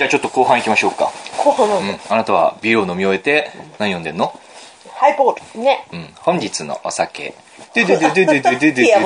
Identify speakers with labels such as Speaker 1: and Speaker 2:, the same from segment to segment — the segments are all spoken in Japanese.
Speaker 1: じゃあちょっと後半行きましょうか。
Speaker 2: 後半なんだ。
Speaker 1: あなたはビールを飲み終えて何飲んでんの？
Speaker 2: ハイボールね。
Speaker 1: 本日のお酒。でででででででででででで。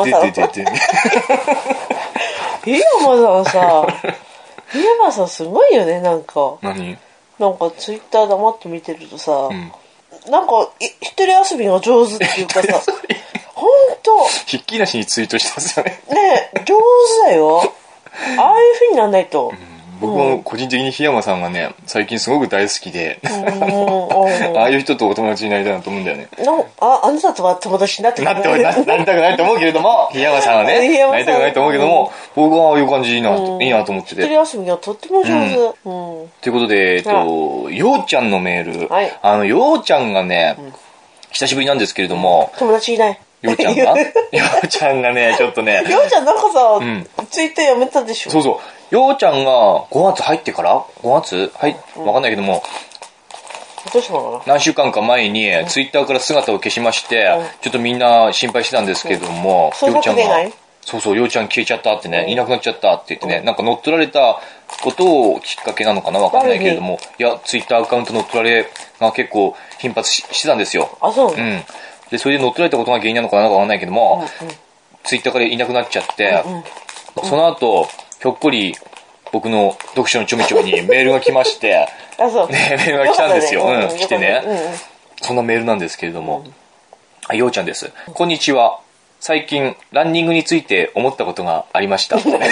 Speaker 2: 檜山さんさ、檜山さんすごいよね、なんか。
Speaker 1: 何？
Speaker 2: なんかツイッター黙って見てるとさ、なんか一人遊びが上手っていうかさ、ほんと。
Speaker 1: ひっきりなしにツイートしてますよね。
Speaker 2: ねえ、上手だよ。ああいう風になんないと。
Speaker 1: 僕も個人的に檜山さんがね、最近すごく大好きで、ああいう人とお友達になりたいなと思うんだよね。
Speaker 2: あなたとは友達になってくれない。
Speaker 1: なりたくないと思うけれども、檜山さんはね、なりたくないと思うけども、僕はああいう感じいいなと思ってて。
Speaker 2: 一人遊びがとっても上手。
Speaker 1: ということで、ようちゃんのメール。
Speaker 2: はい、
Speaker 1: ようちゃんがね、久しぶりなんですけれども、
Speaker 2: 友達いない。
Speaker 1: ようちゃんがね、ちょっとね。
Speaker 2: ようちゃんなんかさ、ツイッターやめたでしょ。
Speaker 1: そうそう。ようちゃんが5月入ってから ?5 月わかんないけども、
Speaker 2: どうしたのかな、
Speaker 1: 何週間か前にツイッターから姿を消しまして、ちょっとみんな心配してたんですけども、ようちゃんが、ようちゃん消えちゃったってね、いなくなっちゃったって言ってね、なんか乗っ取られたことをきっかけなのかなわかんないけれども、いや、ツイッターアカウント乗っ取られが結構頻発してたんですよ。
Speaker 2: あ、そう。
Speaker 1: で、それで乗っ取られたことが原因なのかなわかんないけども、ツイッターからいなくなっちゃって、その後、ひょっこり僕の読書のちょみちょみにメールが来まして、
Speaker 2: あ、そう。
Speaker 1: メールが来たんですよ。来てね。そんなメールなんですけれども、ようちゃんです。こんにちは。最近、ランニングについて思ったことがありました。っていうか、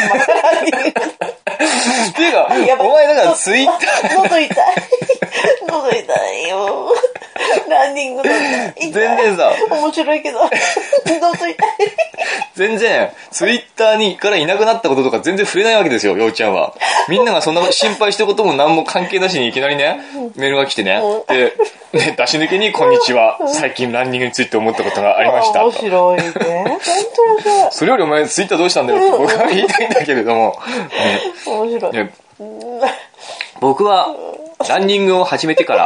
Speaker 1: お前だからツイッター。
Speaker 2: 喉痛い。喉痛いよ。ランニングなんだ。
Speaker 1: 全然さ、
Speaker 2: 面白いけど、喉痛い。
Speaker 1: 全然、ツイッターにからいなくなったこととか全然触れないわけですよ、ようちゃんは。みんながそんな心配したことも何も関係なしにいきなりね、メールが来てね。で、出し抜けに、こんにちは。最近ランニングについて思ったことがありました。
Speaker 2: 面白いね。本当面白い。
Speaker 1: それよりお前ツイッターどうしたんだよって僕は言いたいんだけれども。
Speaker 2: 面白い。
Speaker 1: 僕はランニングを始めてから、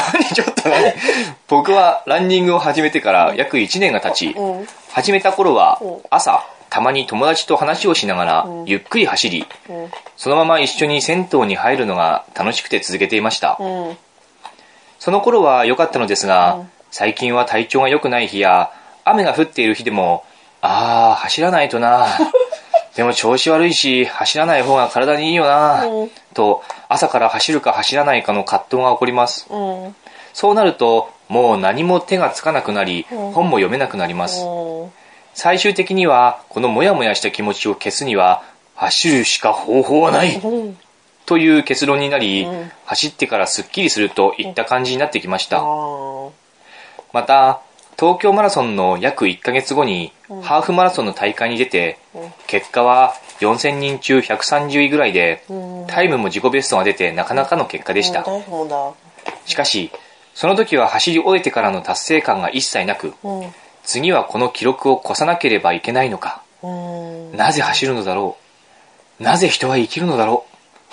Speaker 1: 僕はランニングを始めてから約1年が経ち、始めた頃は朝、たまに友達と話をしながらゆっくり走り、そのまま一緒に銭湯に入るのが楽しくて続けていました。その頃は良かったのですが、最近は体調が良くない日や雨が降っている日でも、走らないとなでも調子悪いし走らない方が体にいいよな、と朝から走るか走らないかの葛藤が起こります。そうなるともう何も手がつかなくなり、本も読めなくなります。最終的にはこのモヤモヤした気持ちを消すには走るしか方法はない、という結論になり、走ってからすっきりするといった感じになってきました。また東京マラソンの約1ヶ月後にハーフマラソンの大会に出て、結果は4000人中130位ぐらいで、タイムも自己ベストが出てなかなかの結果でした。しかしその時は走り終えてからの達成感が一切なく、次はこの記録を越さなければいけないのか、なぜ走るのだろう、なぜ人は生きるのだろ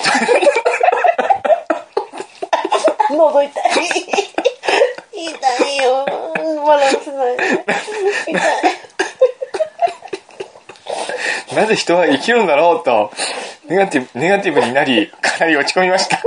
Speaker 2: う喉痛い痛いよ、笑わせない痛い
Speaker 1: なぜ人は生きるのだろうとネガティブになり、かなり落ち込みました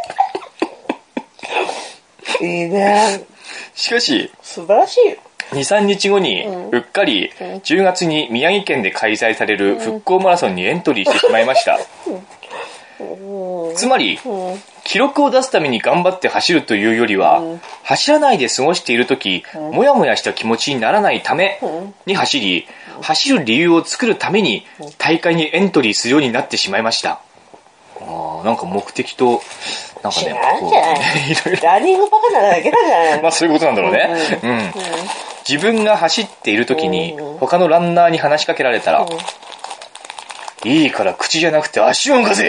Speaker 2: いいね。
Speaker 1: しかし
Speaker 2: 素晴らしい。
Speaker 1: 2、3日後にうっかり10月に宮城県で開催される復興マラソンにエントリーしてしまいました。つまり記録を出すために頑張って走るというよりは、走らないで過ごしている時、モヤモヤした気持ちにならないために走り、走る理由を作るために大会にエントリーするようになってしまいました。なんか目的となんかね、
Speaker 2: ランニングバカなだけなんじゃない
Speaker 1: まあそういうことなんだろうね。自分が走っている時に他のランナーに話しかけられたら、いいから口じゃなくて足を動かせ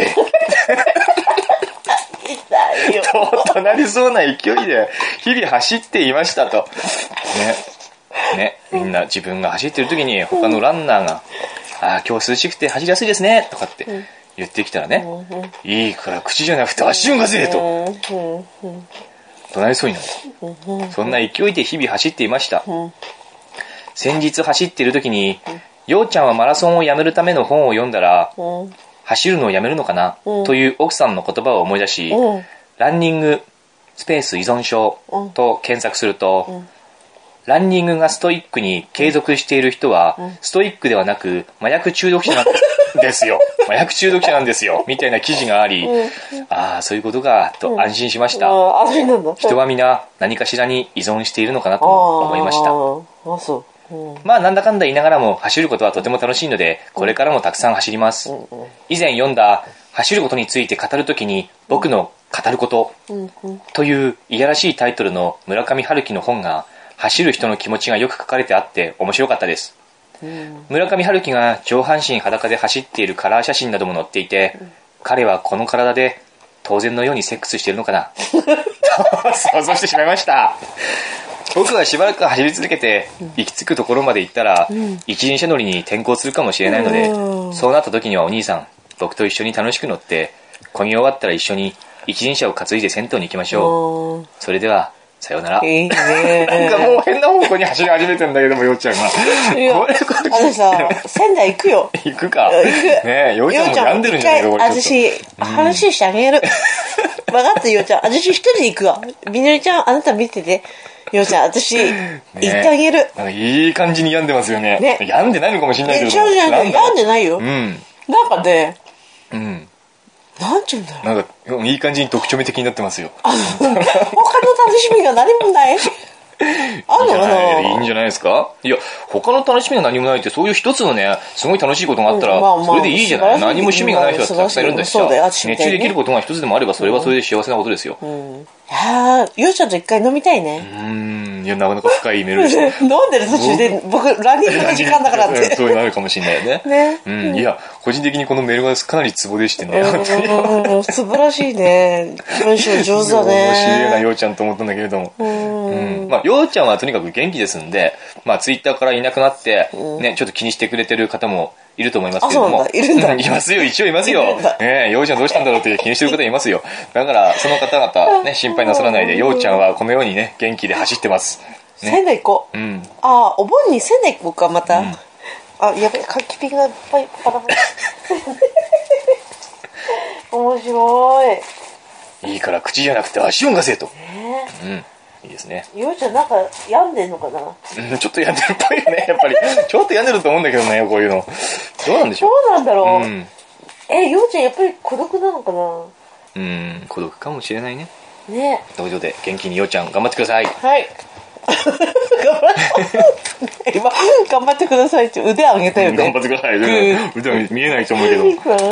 Speaker 2: 痛いよ
Speaker 1: となりそうな勢いで日々走っていましたとね、みんな自分が走っている時に他のランナーが今日涼しくて走りやすいですねとかって言ってきたらね、いいから口じゃなくて足を動かせと怒鳴りそうになる。そんな勢いで日々走っていました。走っている時に、ようちゃんはマラソンをやめるための本を読んだら、 走るのをやめるのかな、という奥さんの言葉を思い出し、ランニングスペース依存症と検索すると、ランニングがストイックに継続している人は、ストイックではなく麻薬中毒者なんですよ。麻薬中毒者なんですよ。みたいな記事があり、ああ、そういうことか、と安心しました。人は皆何かしらに依存しているのかなと思いました。まあなんだかんだ言いながらも走ることはとても楽しいので、これからもたくさん走ります。以前読んだ走ることについて語るときに僕の語ることといういやらしいタイトルの村上春樹の本が、走る人の気持ちがよく書かれてあって面白かったです。村上春樹が上半身裸で走っているカラー写真なども載っていて、彼はこの体で当然のようにセックスしているのかな想像してしまいました。僕はしばらく走り続けて行き着くところまで行ったら、一輪車乗りに転向するかもしれないので、そうなった時にはお兄さん、僕と一緒に楽しく乗って漕ぎ終わったら一緒に一輪車を担いで銭湯に行きましょう。それではさようなら。いいね。なんかもう変な方向に走り始めてんだけども、よっちゃんが。
Speaker 2: さ、仙台行くよ。
Speaker 1: 行くか。ねえ、よっちゃんも病んでるんじゃないか、
Speaker 2: 私、話してあげる。分かったよっちゃん。私一人で行くわ。みのりちゃん、あなた見てて。よっちゃん、私、行ってあげる。
Speaker 1: なんかいい感じに病んでますよね。病んでないのかもしれないけど。
Speaker 2: 病んでないよ。なんかね、なんちゅうんだろう。
Speaker 1: なんか、いい感じに特徴的になってますよ。
Speaker 2: 他の楽しみが何もない。あんのかな。
Speaker 1: いいんじゃないですか。いや、他の楽しみが何もないって、そういう一つのね、すごい楽しいことがあったら、それでいいじゃない。何も趣味がない人だってたくさんいるんですよ。熱中できることが一つでもあれば、それはそれで幸せなことですよ。
Speaker 2: ようちゃんと一回飲みたいね。
Speaker 1: いや、なかなか深いメールでした。
Speaker 2: 飲んでる途中で、僕、ランニングの時間だからって。
Speaker 1: そうなるかもしれないよね。いや、個人的にこのメールがかなりツボでしてね。
Speaker 2: 素晴らしいね。文章上手だね。
Speaker 1: 面白いな、ようちゃんと思ったんだけれども。まあ、ようちゃんはとにかく元気ですんで、まあ、ツイッターからいなくなって、ね、ちょっと気にしてくれてる方もいると思いますけれども。
Speaker 2: いるんだ。
Speaker 1: いますよ、一応いますよ。ようちゃんどうしたんだろうって気にしてる方いますよ。だから、その方々、ね、心配なさらないで、ようちゃんはこのようにね、元気で走ってます。
Speaker 2: 仙台行こう。お盆に仙台行こうか、また。やべ、柿ピンがいっぱいパラパラ。面白
Speaker 1: い。いいから口じゃなくて足を動かせと。いいですね。
Speaker 2: ようちゃんなんか病んでんのかな。
Speaker 1: ちょっと病んでるっぽいよね、やっぱり。ちょっと病んでると思うんだけどね、こういうの。どうなんでしょう。
Speaker 2: そうなんだろう。ようちゃんやっぱり孤独なのかな。
Speaker 1: 孤独かもしれないね。
Speaker 2: ね。
Speaker 1: 道場で元気にようちゃん頑張ってください。
Speaker 2: はい。今頑張ってくださいって腕上げたよね。
Speaker 1: 頑張ってください。腕見えないと思うけど。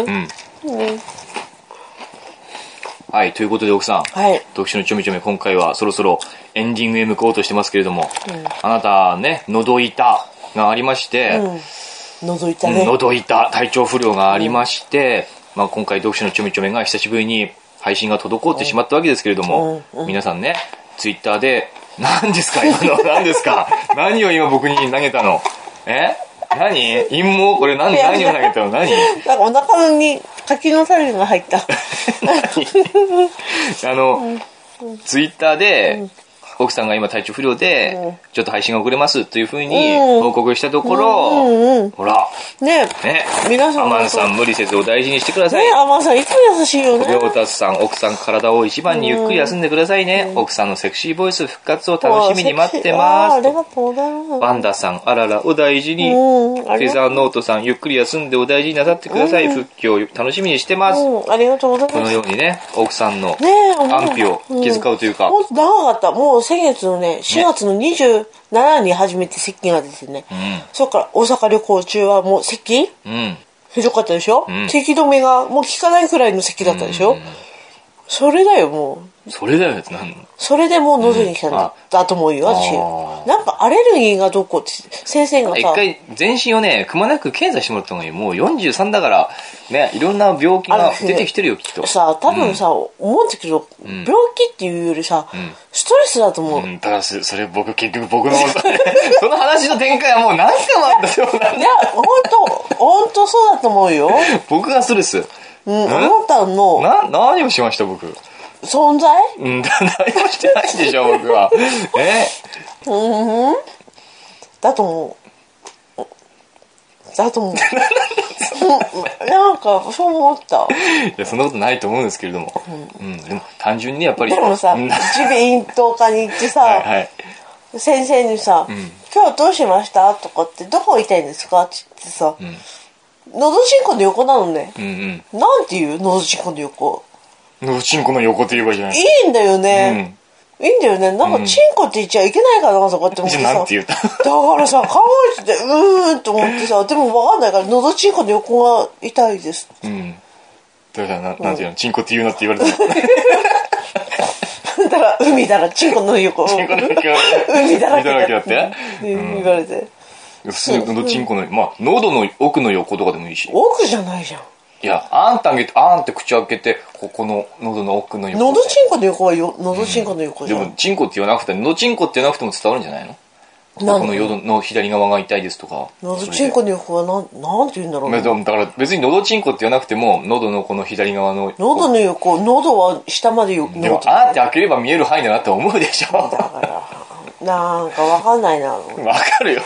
Speaker 1: はい、ということで奥さん、読書のちょめちょめ今回はそろそろエンディングへ向こうとしてますけれども、あなたね、喉痛がありまして、
Speaker 2: 喉痛ね。
Speaker 1: 喉痛、体調不良がありまして、まあ今回読書のちょめちょめが久しぶりに配信が滞ってしまったわけですけれども、皆さんね、ツイッターで、何ですか今の何ですか何を今僕に投げたの何陰謀これ何を投げたの何
Speaker 2: なんかお腹に柿の種が入った
Speaker 1: ツイッターで、奥さんが今体調不良で、ちょっと配信が遅れますというふうに報告したところ、ほら、
Speaker 2: ね、皆さん、
Speaker 1: アマンさん無理せずお大事にしてください。
Speaker 2: アマンさんいつも優しいよね。
Speaker 1: りょうたすさん、奥さん体を一番にゆっくり休んでくださいね。奥さんのセクシーボイス復活を楽しみに待ってます。
Speaker 2: ありがとうございます。
Speaker 1: バンダさん、あらら、お大事に。フェザーノートさん、ゆっくり休んでお大事になさってください。復帰を楽しみにしてます。
Speaker 2: ありがとうございます。
Speaker 1: このようにね、奥さんの安否を気遣うというか。
Speaker 2: もっと長かった。もう先月のね、4月の27日に初めて咳が出てね。そっから大阪旅行中はもう咳ひどかったでしょ。咳止めがもう効かないくらいの咳だったでしょ。それだよ、もう。
Speaker 1: それだよ、
Speaker 2: それでもう喉に来たんだと思うよ、私。なんかアレルギーがどこって先生がさ。
Speaker 1: 一回全身をね、くまなく検査してもらった方がいい。もう43だから、ね、いろんな病気が出てきてるよ、きっと。
Speaker 2: さ、多分さ、思うんだけど、病気っていうよりさ、ストレスだと思う。
Speaker 1: だからそれ結局僕の、その話の展開はもう何回もあったよ。
Speaker 2: いや、ほんとそうだと思うよ。
Speaker 1: 僕がストレス。
Speaker 2: あなたの。
Speaker 1: 何をしました僕。
Speaker 2: 存在？
Speaker 1: 何もしてないでしょ僕は。
Speaker 2: だと思う。だと思う。 なんかそう思った。
Speaker 1: いやそんなことないと思うんですけれども、でも単純にやっぱり
Speaker 2: でもさ、耳鼻咽頭科に行ってさ、はい、先生にさ、今日どうしましたとかってどこ痛いんですかって言ってさ、喉チンコの横なのね、なんて言う？喉チンコの横。
Speaker 1: 喉チンコの横って言えばいいじゃない。
Speaker 2: いいんだよね、いいんだよね。なんかチンコって言っちゃいけないからなとかって思ってさ、
Speaker 1: なんて言った？だ
Speaker 2: からさ考えててと思ってさ、でも分かんないから喉チンコの横が痛いです。
Speaker 1: だからなんていうの、チンコって言うなって言われた。
Speaker 2: だから海だらチンコの横。チンコの横。海だらけだって。言われて。
Speaker 1: 普通に喉チンコの喉の奥の横とかでもいいし。
Speaker 2: 奥じゃないじゃん。
Speaker 1: いや、あんってあげて、あんって口開けて、ここの喉の奥の横。
Speaker 2: 喉チンコの横は喉チンコの横じゃん。
Speaker 1: でも、チンコって言わなくて、喉チンコって言わなくても伝わるんじゃないの？この喉の左側が痛いですとか。
Speaker 2: 喉チンコの横はなんて言うんだろうね。
Speaker 1: だから別に喉チンコって言わなくても、喉のこの左側の。
Speaker 2: 喉の横、喉は下まで
Speaker 1: でも、あーって開ければ見える範囲だなって思うでしょ。だ
Speaker 2: から、なんかわかんないな。わ
Speaker 1: かるよ。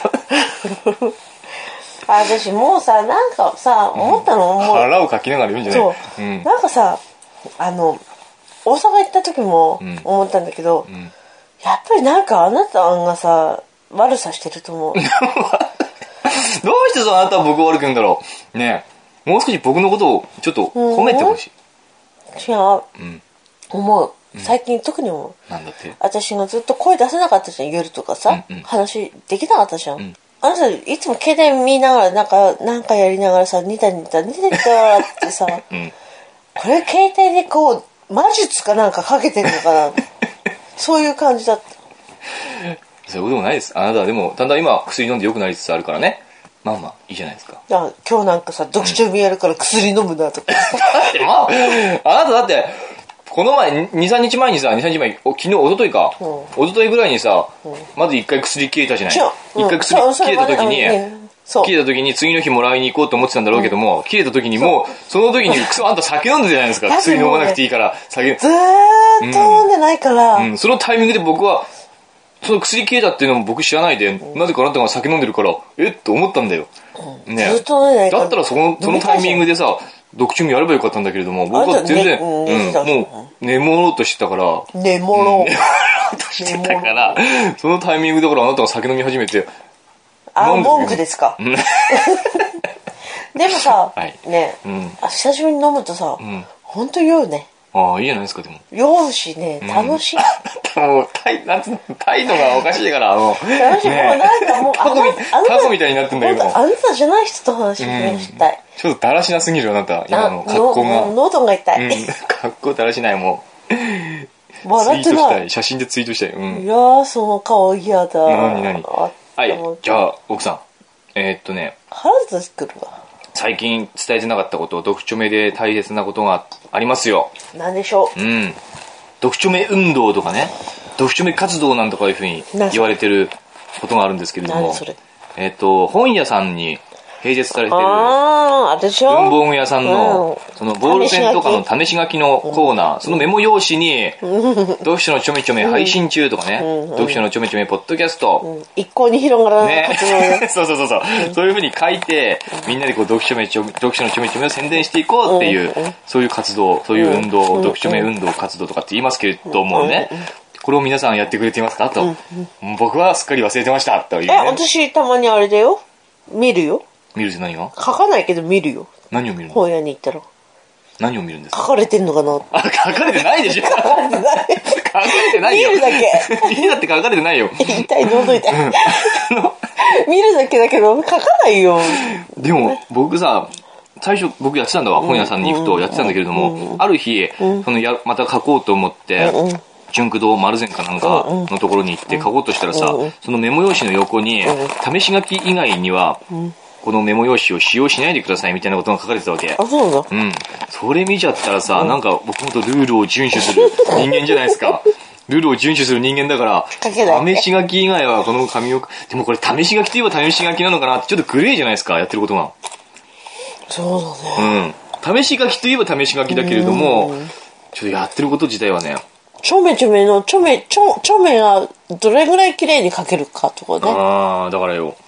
Speaker 2: 私もうさ、なんかさ、思ったの、
Speaker 1: 腹をかきながら言うんじゃない？そう。
Speaker 2: なんかさ、大阪行った時も思ったんだけど、やっぱりなんかあなたがさ、悪さしてると思う。どう
Speaker 1: してあなたは僕を悪く言うんだろうねえ。もう少し僕のことをちょっと褒めてほしい。
Speaker 2: 違う、思う。最近特に思う。
Speaker 1: なんだって？
Speaker 2: 私がずっと声出せなかったじゃん、夜とかさ、話できなかったじゃん。あなたいつも携帯見ながらなんかやりながらさ、ニタニタってさ、これ携帯でこう魔術かなんかかけてるのかな。そういう感じだった。
Speaker 1: そういうこともないです。あなたはでもだんだん今薬飲んで良くなりつつあるからね。まあいいじゃないですか。
Speaker 2: 今日なんかさ、読書見やるから薬飲むなとか。だ
Speaker 1: ってあなただってこの前 2,3 日前にさ、昨日一昨日か、一昨日ぐらいにさ、まず一回薬切れたじゃない。一回薬切れた時に次の日もらいに行こうと思ってたんだろうけども、切れた時にもうその時にあんた酒飲んでたじゃないですか。薬飲まなくていいから酒。
Speaker 2: ずーっと飲んでないから。
Speaker 1: そのタイミングで僕はその薬切れたっていうのも僕知らないで、なぜかあなたが酒飲んでるからと思ったんだよ。
Speaker 2: ね。ずっと飲んでないから。
Speaker 1: だったらそのタイミングでさ。読書見やればよかったんだけれども、僕は全然、もう寝もろうとしてたから、
Speaker 2: 寝もろ
Speaker 1: うとしてたから、そのタイミングだからあなたが酒飲み始めて、
Speaker 2: 文句ですか。でもさ、ね、久しぶりに飲むとさ、本当酔うね。
Speaker 1: ああ、いいじゃないですか、でも。
Speaker 2: 酔うしね、楽しい。
Speaker 1: もう、態度がおかしいから、
Speaker 2: 楽しい。もうなんかもう、
Speaker 1: タコみたいになってんだけど。
Speaker 2: あなたじゃない人と話したい。
Speaker 1: ちょっとだらしなすぎるよ、あなた。今の格好が。
Speaker 2: 喉が痛い。
Speaker 1: 格好だらしない、もう。
Speaker 2: 笑ってない。
Speaker 1: 写真でツイートしたい。
Speaker 2: いやー、その顔嫌だ。
Speaker 1: 何はい、じゃあ、奥さん。
Speaker 2: 腹立ってくるわ。
Speaker 1: 最近伝えてなかったこと、読書目で大切なことがありますよ。
Speaker 2: 何でしょう。
Speaker 1: 読書目運動とかね、読書目活動なんとかいうふうに言われてることがあるんですけれども、本屋さんに併設されてる文房具屋さんのそのボールペンとかの試し書きのコーナー、そのメモ用紙に読書のちょめちょめ配信中とかね、読書のちょめちょめポッドキャスト、
Speaker 2: 一向に広がらない活動ね。
Speaker 1: そうそういうふうに書いて、みんなでこう読書のちょめちょめを宣伝していこうっていう、そういう活動、そういう運動、読書目運動活動とかって言いますけれどもね、これを皆さんやってくれていますかと、僕はすっかり忘れてましたというね。
Speaker 2: 私たまにあれだよ、見るよ。
Speaker 1: 見るって何が？
Speaker 2: 書かないけど見るよ。
Speaker 1: 何を見るの？
Speaker 2: 本屋に行ったら。
Speaker 1: 何を見るんですか？
Speaker 2: 書かれてんのかな？
Speaker 1: 書かれてないでしょ。書かれてない。書かれてないよ。
Speaker 2: 見るだけ。
Speaker 1: 見るだって書かれてないよ。
Speaker 2: 痛い、喉痛い。見るだけだけど書かないよ。
Speaker 1: でも僕さ、最初僕やってたんだわ、本屋さんに行くとやってたんだけれども、ある日また書こうと思って、純駆堂丸善かなんかのところに行って書こうとしたらさ、そのメモ用紙の横に試し書き以外にはこのメモ用紙を使用しないでくださいみたいなことが書かれてたわけ。
Speaker 2: あ、そうなんだ。
Speaker 1: それ見ちゃったらさ、なんか僕もとルールを遵守する人間じゃないですか。ルールを遵守する人間だから、試し書き以外はこの紙を、でもこれ試し書きといえば試し書きなのかなってちょっとグレーじゃないですか、やってることが。
Speaker 2: そうだね。
Speaker 1: 試し書きといえば試し書きだけれども、ちょっとやってること自体はね、
Speaker 2: ちょめちょめがどれぐらい綺麗に書けるかとかね。
Speaker 1: だからよ。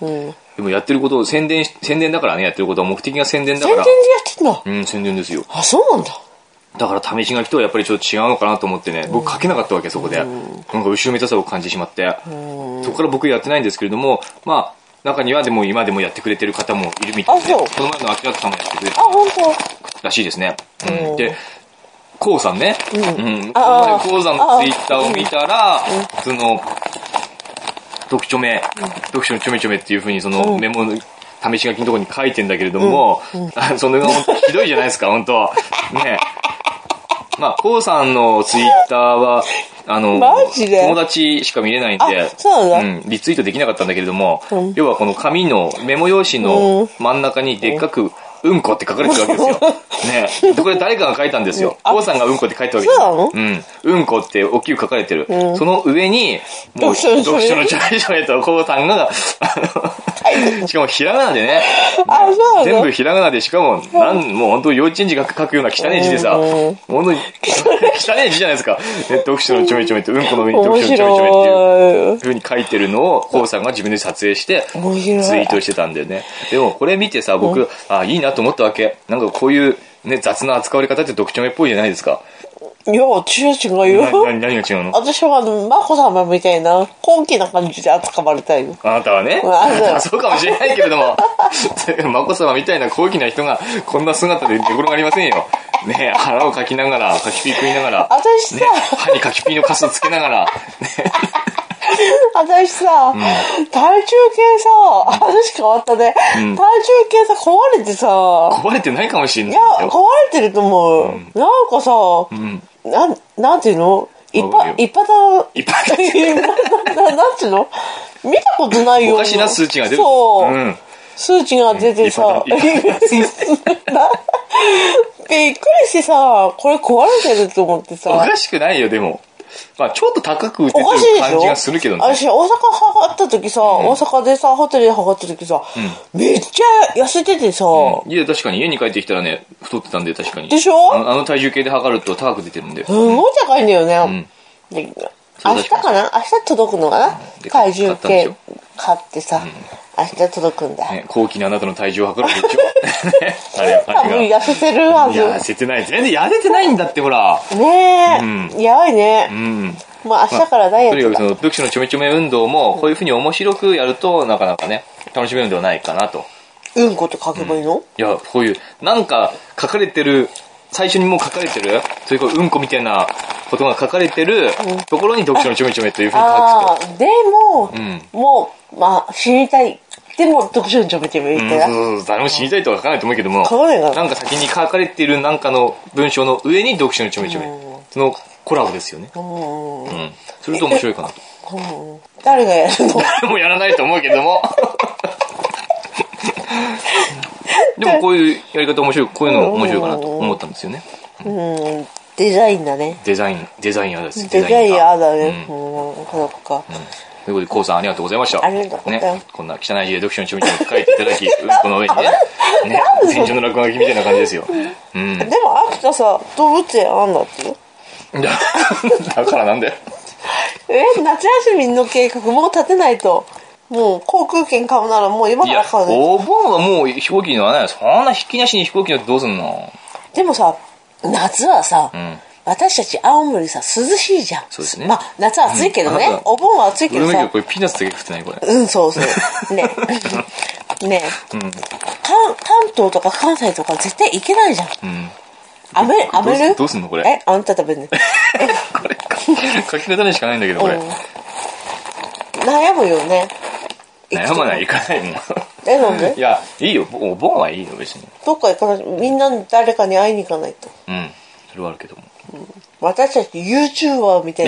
Speaker 1: でもやってることを宣伝だからね、やってることは目的が宣伝だから。
Speaker 2: 宣伝でやってんの？
Speaker 1: うん、宣伝ですよ。
Speaker 2: あ、そうなんだ。
Speaker 1: だから試し書きとはやっぱりちょっと違うのかなと思ってね、僕書けなかったわけ、そこで。なんか後ろめたさを感じてしまって。そこから僕やってないんですけれども、まあ、中にはでも今でもやってくれてる方もいるみたいで、この前の秋田さんもやってくれてるらしいですね。で、コウさんね。この前コウさんのツイッターを見たら、その、読書のちょめちょめっていう風にそのメモの試し書きのところに書いてんだけれども、それが本当ひどいじゃないですか、本当ね。まあ、コウさんのツイッターは、友達しか見れないんで、リツイートできなかったんだけれども、要はこの紙のメモ用紙の真ん中にでっかく、うんこって書かれてるわけですよ。ね。これ誰かが書いたんですよ。コウさんがうんこって書いたわけですよ。うんこって大きく書かれてる。その上に、もう、読書のちょめちょめとコウさんが、しかもひらがなでね。全部ひらがなで、しかも、もう本当幼稚園児が書くような汚い字でさ、本当に汚い字じゃないですか。読書のちょめちょめって、うんこの上に読書のちょめちょめっていう風に書いてるのを、コウさんが自分で撮影して、ツイートしてたんだよね。でもこれ見てさ、僕、いいなと思ったわけ。なんかこういうね、雑な扱われ方って読書目っぽいじゃないですか。
Speaker 2: いや、違うよ。
Speaker 1: 何が違うの？
Speaker 2: 私はマコ様みたいな高貴な感じで扱われたいよ。
Speaker 1: あなたはね。そうかもしれないけれども、マコ様みたいな高貴な人がこんな姿で寝転がりませんよ。ね、腹をかきながら、かきピー食いながら、
Speaker 2: 私さ、
Speaker 1: 歯にかきピーのカスつけながら、
Speaker 2: 私さ、体重計さ、話変わったね。体重計さ、壊れてさ。
Speaker 1: 壊れてないかもしれない。
Speaker 2: いや、壊れてると思う。なんかさ、なんていうの？一般なんていうの？見たことないよ。
Speaker 1: おかしな数値が出る。
Speaker 2: そう。数値が出てさ、びっくりしてさ、これ壊れてると思ってさ。
Speaker 1: おかしくないよ、でも。まあちょっと高く売ってる感じがするけどね。
Speaker 2: 私、大阪測った時さ、大阪でさ、ホテルで測った時さ、めっちゃ痩せててさ。
Speaker 1: いや、確かに家に帰ってきたらね、太ってたんで、確かに。
Speaker 2: でしょ？
Speaker 1: あの体重計で測ると高く出てるんで。
Speaker 2: すごい高いんだよね。明日かな？明日届くのかな？体重計買ってさ、明日届くんだ。
Speaker 1: 高貴なあなたの体重を測るでしょ？
Speaker 2: 多分痩せてるはず。
Speaker 1: 痩せてない。全然痩せてないんだって、ほら。
Speaker 2: ねえ。やばいね。もう明日からダイエットだ。
Speaker 1: とにかくその読書のちょめちょめ運動もこういうふうに面白くやるとなかなかね楽しめるんではないかなと。
Speaker 2: うんこと書けばいいの？
Speaker 1: いや、こういうなんか書かれてる、最初にもう書かれてる、そういううんこみたいなことが書かれてるところに読書のちょめちょめというふうに書くと。
Speaker 2: でも、もうまあ死にたい。でも読書のちょめちょめみたいな。
Speaker 1: 誰も死にたいとは書かないと思うけども、なんか先に書かれているなんかの文章の上に読書のちょめちょめ、そのコラボですよね。それと面白いかなと。
Speaker 2: 誰がやるの？
Speaker 1: 誰もやらないと思うけども。でもこういうやり方面白い、こういうの面白いかなと思ったんですよね。
Speaker 2: デザインだね。
Speaker 1: デザインヤーです。
Speaker 2: デザインヤーだね。そうか。
Speaker 1: ということで、コウさんありがとうございました。
Speaker 2: ありがとうございます。
Speaker 1: こんな汚い字で読書のちょめちょめ書いていただき、この上にね、戦場の落書きみたいな感じですよ。で
Speaker 2: も秋田さ、動物園あんだってよ。
Speaker 1: だからなんだよ。
Speaker 2: 夏休みの計画もう立てないと。もう航空券買うならもう今から買うね。
Speaker 1: お盆はもう飛行機のはない。そんな引きなしに飛行機のってどうすんの？
Speaker 2: でもさ、夏はさ、私たち青森さ涼しいじゃん。
Speaker 1: そうですね。
Speaker 2: まあ夏は暑いけどね。お盆は暑いけどさ。
Speaker 1: これピーナッツだけ食ってないこれ。
Speaker 2: そうそう。ね。関東とか関西とか絶対行けないじゃん。雨る？
Speaker 1: どうすんのこれ？
Speaker 2: あんた食べるね。
Speaker 1: これ書き方にしかないんだけどこれ。
Speaker 2: 悩むよね。
Speaker 1: 悩まない、行かないもん。
Speaker 2: なんで？
Speaker 1: いや、いいよ、お盆はいいよ、別に。
Speaker 2: どっか行かない。みんな誰かに会いに行かないと。
Speaker 1: それはあるけども。
Speaker 2: 私たち YouTuber みたい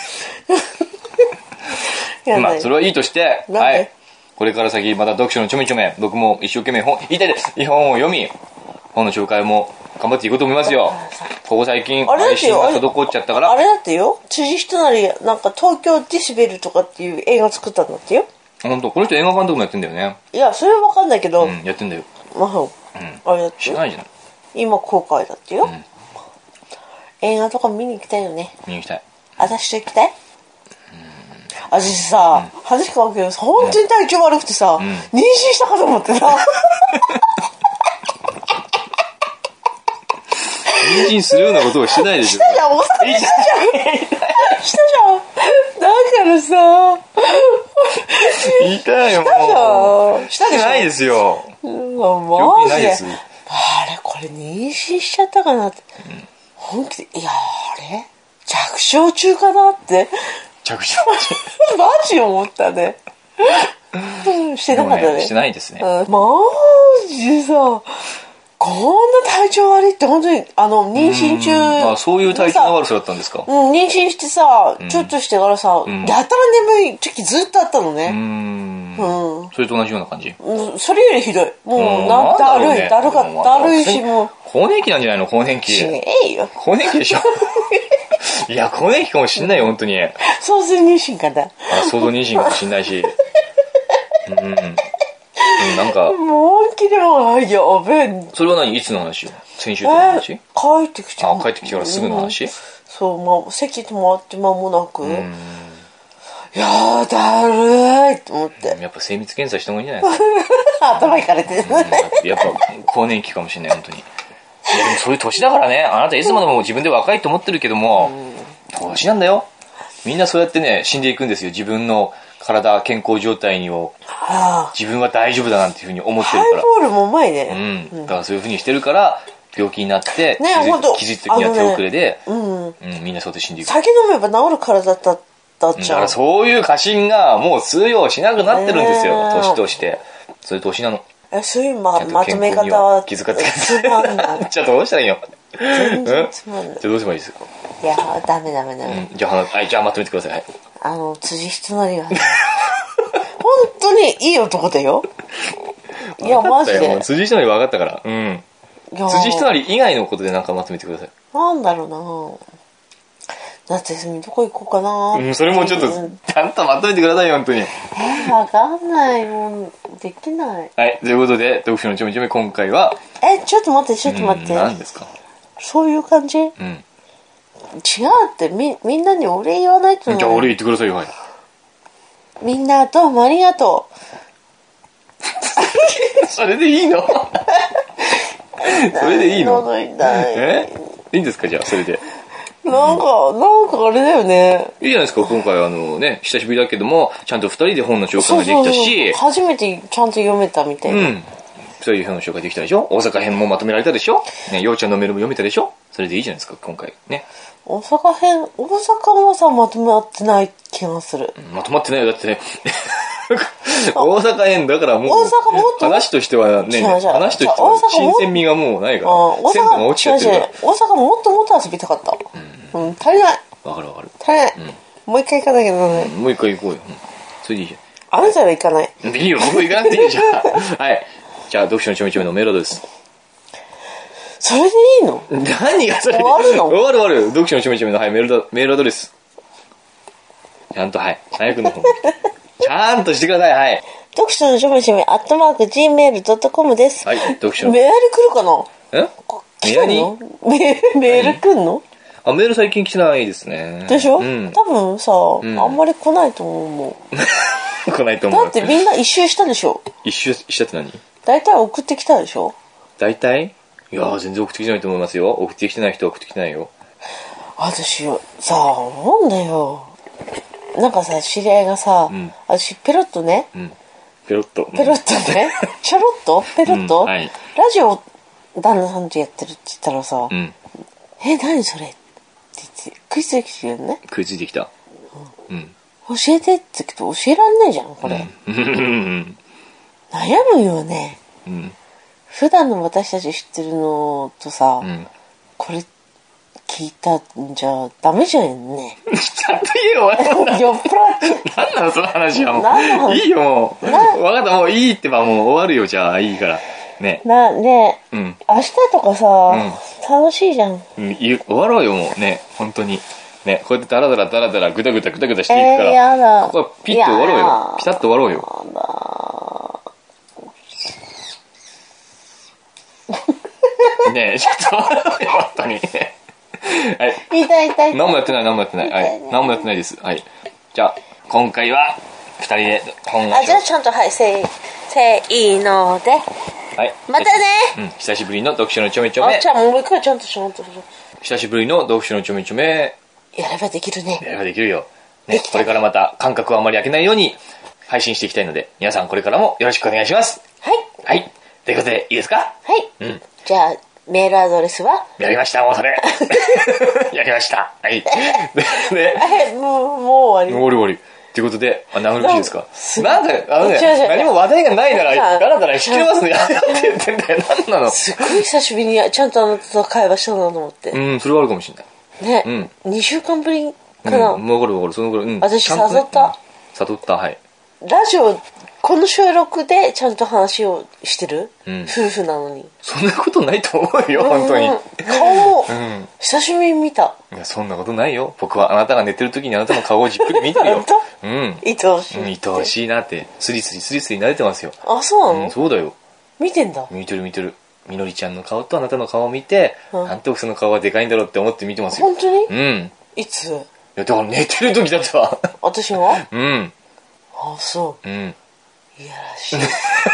Speaker 2: な。
Speaker 1: まあ、それはいいとして、はい。これから先、また読書のちょめちょめ、僕も一生懸命本を読み、本の紹介も頑張っていこうと思いますよ。ここ最近、配信が滞っちゃったから。
Speaker 2: あれだってよ、辻仁成、なんか東京ディスベルとかっていう映画作ったんだってよ。
Speaker 1: 本当、この人映画監督もやってんだよね。
Speaker 2: いや、それはわかんないけど。
Speaker 1: やってんだよ。
Speaker 2: あれだって。
Speaker 1: 知らないじゃん。
Speaker 2: 今公開だってよ。映画とか見に行きたいよね。
Speaker 1: 見に行きたい。
Speaker 2: 私と行きたい？ 私さ、話変わるけどさ、本当に体調悪くてさ、妊娠したかと思ってさ。
Speaker 1: 妊娠するようなことをしてないでしょ。
Speaker 2: したじゃん、大阪でしたじゃん。したじゃん。だからさ、
Speaker 1: 言いたいよ、もう。
Speaker 2: したでしょ。
Speaker 1: してないですよ。
Speaker 2: マジで。
Speaker 1: ないです。
Speaker 2: あれ、これ妊娠しちゃったかなって。本気で、いや、あれ着床中かなって。
Speaker 1: 着床中。
Speaker 2: マジ思ったね。してなかったね。
Speaker 1: してないですね。
Speaker 2: マジでさ、こんな体調悪いって本当に妊娠中
Speaker 1: そういう体調の悪さだったんですか？
Speaker 2: 妊娠してさ、ちょっとしてからさ、やたら眠い時ずっとあったのね。
Speaker 1: それと同じような感じ？
Speaker 2: それよりひどい。もうだるいし、もう
Speaker 1: 更年期なんじゃないの？更年期。更年期でしょ。いや、更年期かもしんないよ、本当に。
Speaker 2: 想像妊娠かな。
Speaker 1: 想像妊娠かもしんないし。なんか。
Speaker 2: もう本気でもやべえ。
Speaker 1: それは何？いつの話？先週とかの話？
Speaker 2: 帰ってきて。
Speaker 1: 帰ってきてからすぐの話？
Speaker 2: そう、席止まって間もなく。いやー、だるいと思って。
Speaker 1: やっぱ精密検査した方がいいんじゃないです
Speaker 2: か。頭いかれてる。
Speaker 1: やっぱ更年期かもしれない、本当に。いや、でもそういう年だからね。あなたいつまでも自分で若いと思ってるけども、年なんだよ。みんなそうやってね、死んでいくんですよ。自分の体、健康状態を、自分は大丈夫だなんていうふうに思ってるから。ハイ
Speaker 2: ボールもうまいね。
Speaker 1: だからそういうふうにしてるから、病気になって、気づいた時には手遅れで、みんなそうやって死んでいく。
Speaker 2: 酒飲めば治る体だったじゃん。
Speaker 1: だからそういう過信がもう通用しなくなってるんですよ。年として。そういう年なの。
Speaker 2: そういうまとめ方は
Speaker 1: 気遣ってください。じゃあどうしたらいいの？
Speaker 2: 全然つまんない。
Speaker 1: じゃあどうすればいいですか？
Speaker 2: いや、ダメ。
Speaker 1: じゃあまとめてください。
Speaker 2: 辻仁成がね、本当にいい男だよ。いや、マジで。
Speaker 1: 辻仁成分かったから。辻仁成以外のことでなんかまとめてください。
Speaker 2: なんだろうな。夏休みどこ行こうかな。
Speaker 1: それもちょっと、ちゃんとまとめてくださいよ、本当に。
Speaker 2: わかんない。もう、できない。
Speaker 1: はい、ということで、読書のちょめちょめ今回は。
Speaker 2: ちょっと待って。
Speaker 1: 何ですか？
Speaker 2: そういう感じ？違うって、みんなにお礼言わないと。
Speaker 1: じゃあお礼言ってくださいよ、はい。
Speaker 2: みんなどうもありがと
Speaker 1: う。それでいいの？それでいいの？
Speaker 2: 喉痛い。
Speaker 1: いいんですか、じゃあ、それで。
Speaker 2: なんかあれだよね。
Speaker 1: いいじゃないですか、今回久しぶりだけども、ちゃんと2人で本の紹介ができたし。
Speaker 2: 初めてちゃんと読めたみたいな。2
Speaker 1: 人で本の紹介できたでしょ。大阪編もまとめられたでしょ。ね、ようちゃんのメールも読めたでしょ。それでいいじゃないですか、今回ね。
Speaker 2: 大阪はさ、まとまってない気がする。
Speaker 1: まとまってないよ、だってね。大阪編だからもう、話としてはね、話としては新鮮味がもうないから、鮮度が落ちちゃってるから。
Speaker 2: 大阪もっと遊びたかった。足りない。
Speaker 1: わかる。
Speaker 2: 足りない。もう一回行かなきゃならない。
Speaker 1: もう一回行こうよ。それでいいじ
Speaker 2: ゃん。あなたは行かない。
Speaker 1: いいよ、僕行かなくていいじゃん。はい。じゃあ、読書のちょめちょめのメールです。
Speaker 2: それでいいの？
Speaker 1: 何がそれで？
Speaker 2: 終わるの？
Speaker 1: 終わる。読書のちょめちょめの、はい、メールアドレス。ちゃんと、はい。早くの方。ちゃんとしてください、はい。
Speaker 2: 読書のちょめちょめ、@gmail.com です。
Speaker 1: はい、読書の。
Speaker 2: メール来るかな？
Speaker 1: メ
Speaker 2: ール来んの？
Speaker 1: メール最近来てないですね。
Speaker 2: でしょ？多分さ、あんまり来ないと思
Speaker 1: う。来ないと思う。
Speaker 2: だってみんな一周したでしょ？
Speaker 1: 一周したって何？
Speaker 2: 大体送ってきたでしょ？
Speaker 1: 大体？いやー、全然送ってきてないと思いますよ。送ってきてない人は送ってきてないよ。
Speaker 2: 私さ、なんだよ。なんかさ、知り合いがさ、私ペロッとね、
Speaker 1: ペロッと
Speaker 2: ね、ちょろっとペロッと、
Speaker 1: はい、
Speaker 2: ラジオ旦那さんとやってるって言ったらさ、何それって言って食いついてきてるね。
Speaker 1: 食いついてきた。
Speaker 2: 教えてって言うけど教えらんないじゃん、これ。悩むよね。普段の私たち知ってるのとさ、これ聞いたんじゃダメじゃんね。
Speaker 1: ちゃんと言えよ、
Speaker 2: 酔っ払って。
Speaker 1: 何なのその話はもう。いいよ、もう。分かった、もういいってば、もう終わるよ、じゃあ、いいから。ね。
Speaker 2: 明日とかさ、楽しいじゃん。
Speaker 1: 終わろうよ、もうね、本当に。ね、こうやってダラダラぐだぐだしていくから。
Speaker 2: やだ。
Speaker 1: ここはピッと終わろうよ。ピタッと終わろうよ。ねえ、ちょっと待ってよ、本当に。はい。
Speaker 2: 痛い。
Speaker 1: 何もやってない。はい。何もやってないです。はい。じゃあ、 今回は2人で本を。
Speaker 2: じゃあちゃんと、はい、せーので。
Speaker 1: はい。
Speaker 2: またね。
Speaker 1: 久しぶりの読書のちょめちょめ。
Speaker 2: じゃあもう一回ちゃんと。
Speaker 1: 久しぶりの読書のちょめちょめ。
Speaker 2: やればできるね。
Speaker 1: やればできるよ。ね、これからまた間隔をあまり空けないように配信していきたいので、皆さんこれからもよろしくお願いします。
Speaker 2: はい。
Speaker 1: はい。ということで、いいですか？
Speaker 2: はい。じゃあ、メールアドレスは？
Speaker 1: やりました、もうそれ。やりました。はい。
Speaker 2: もう終わり。
Speaker 1: 終わり。ということで、何よろしいですか？なんか、
Speaker 2: 違う
Speaker 1: 何も話題がないなら、だらだら引きますね。やって言ってんだよ。何なの？
Speaker 2: すごい久しぶりにちゃんとあなたと会話したなと思って。
Speaker 1: それはあるかもしれない。
Speaker 2: ね。2週間ぶりかな。
Speaker 1: わかる。そのぐらい。
Speaker 2: 私誘った。
Speaker 1: 誘った、はい。
Speaker 2: ラジオ、この収録でちゃんと話をしてる、夫婦なのに。
Speaker 1: そんなことないと思うよ、本当に。
Speaker 2: 顔も、久しぶりに見た。
Speaker 1: いや、そんなことないよ。僕はあなたが寝てる時にあなたの顔をじっくり見てるよ。
Speaker 2: 本当？愛おしい。
Speaker 1: 愛おしいなって。スリスリ慣れてますよ。
Speaker 2: あ、そうなの？
Speaker 1: そうだよ。
Speaker 2: 見てんだ。
Speaker 1: 見てる。みのりちゃんの顔とあなたの顔を見て、なんてその顔がでかいんだろうって思って見てますよ。
Speaker 2: 本当に？いつ？い
Speaker 1: や、だから寝てる時だったわ。
Speaker 2: 私が？あ、そう。いやらし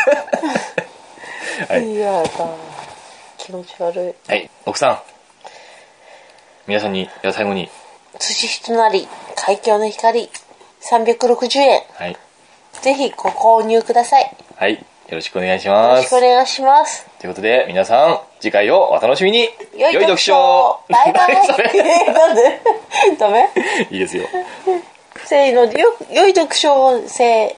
Speaker 2: い。いやだ。気持ち悪い。
Speaker 1: はい、奥さん。皆さんに、最後に。
Speaker 2: 辻人なり、海峡の光、360円。
Speaker 1: はい。
Speaker 2: ぜひご購入ください。
Speaker 1: はい。よろしくお願いします。
Speaker 2: よろしくお願いします。
Speaker 1: ということで、皆さん、次回をお楽しみに。
Speaker 2: 良い読書。バイバイ。なんで？ダメ？
Speaker 1: いいですよ。
Speaker 2: せーので、良い読書を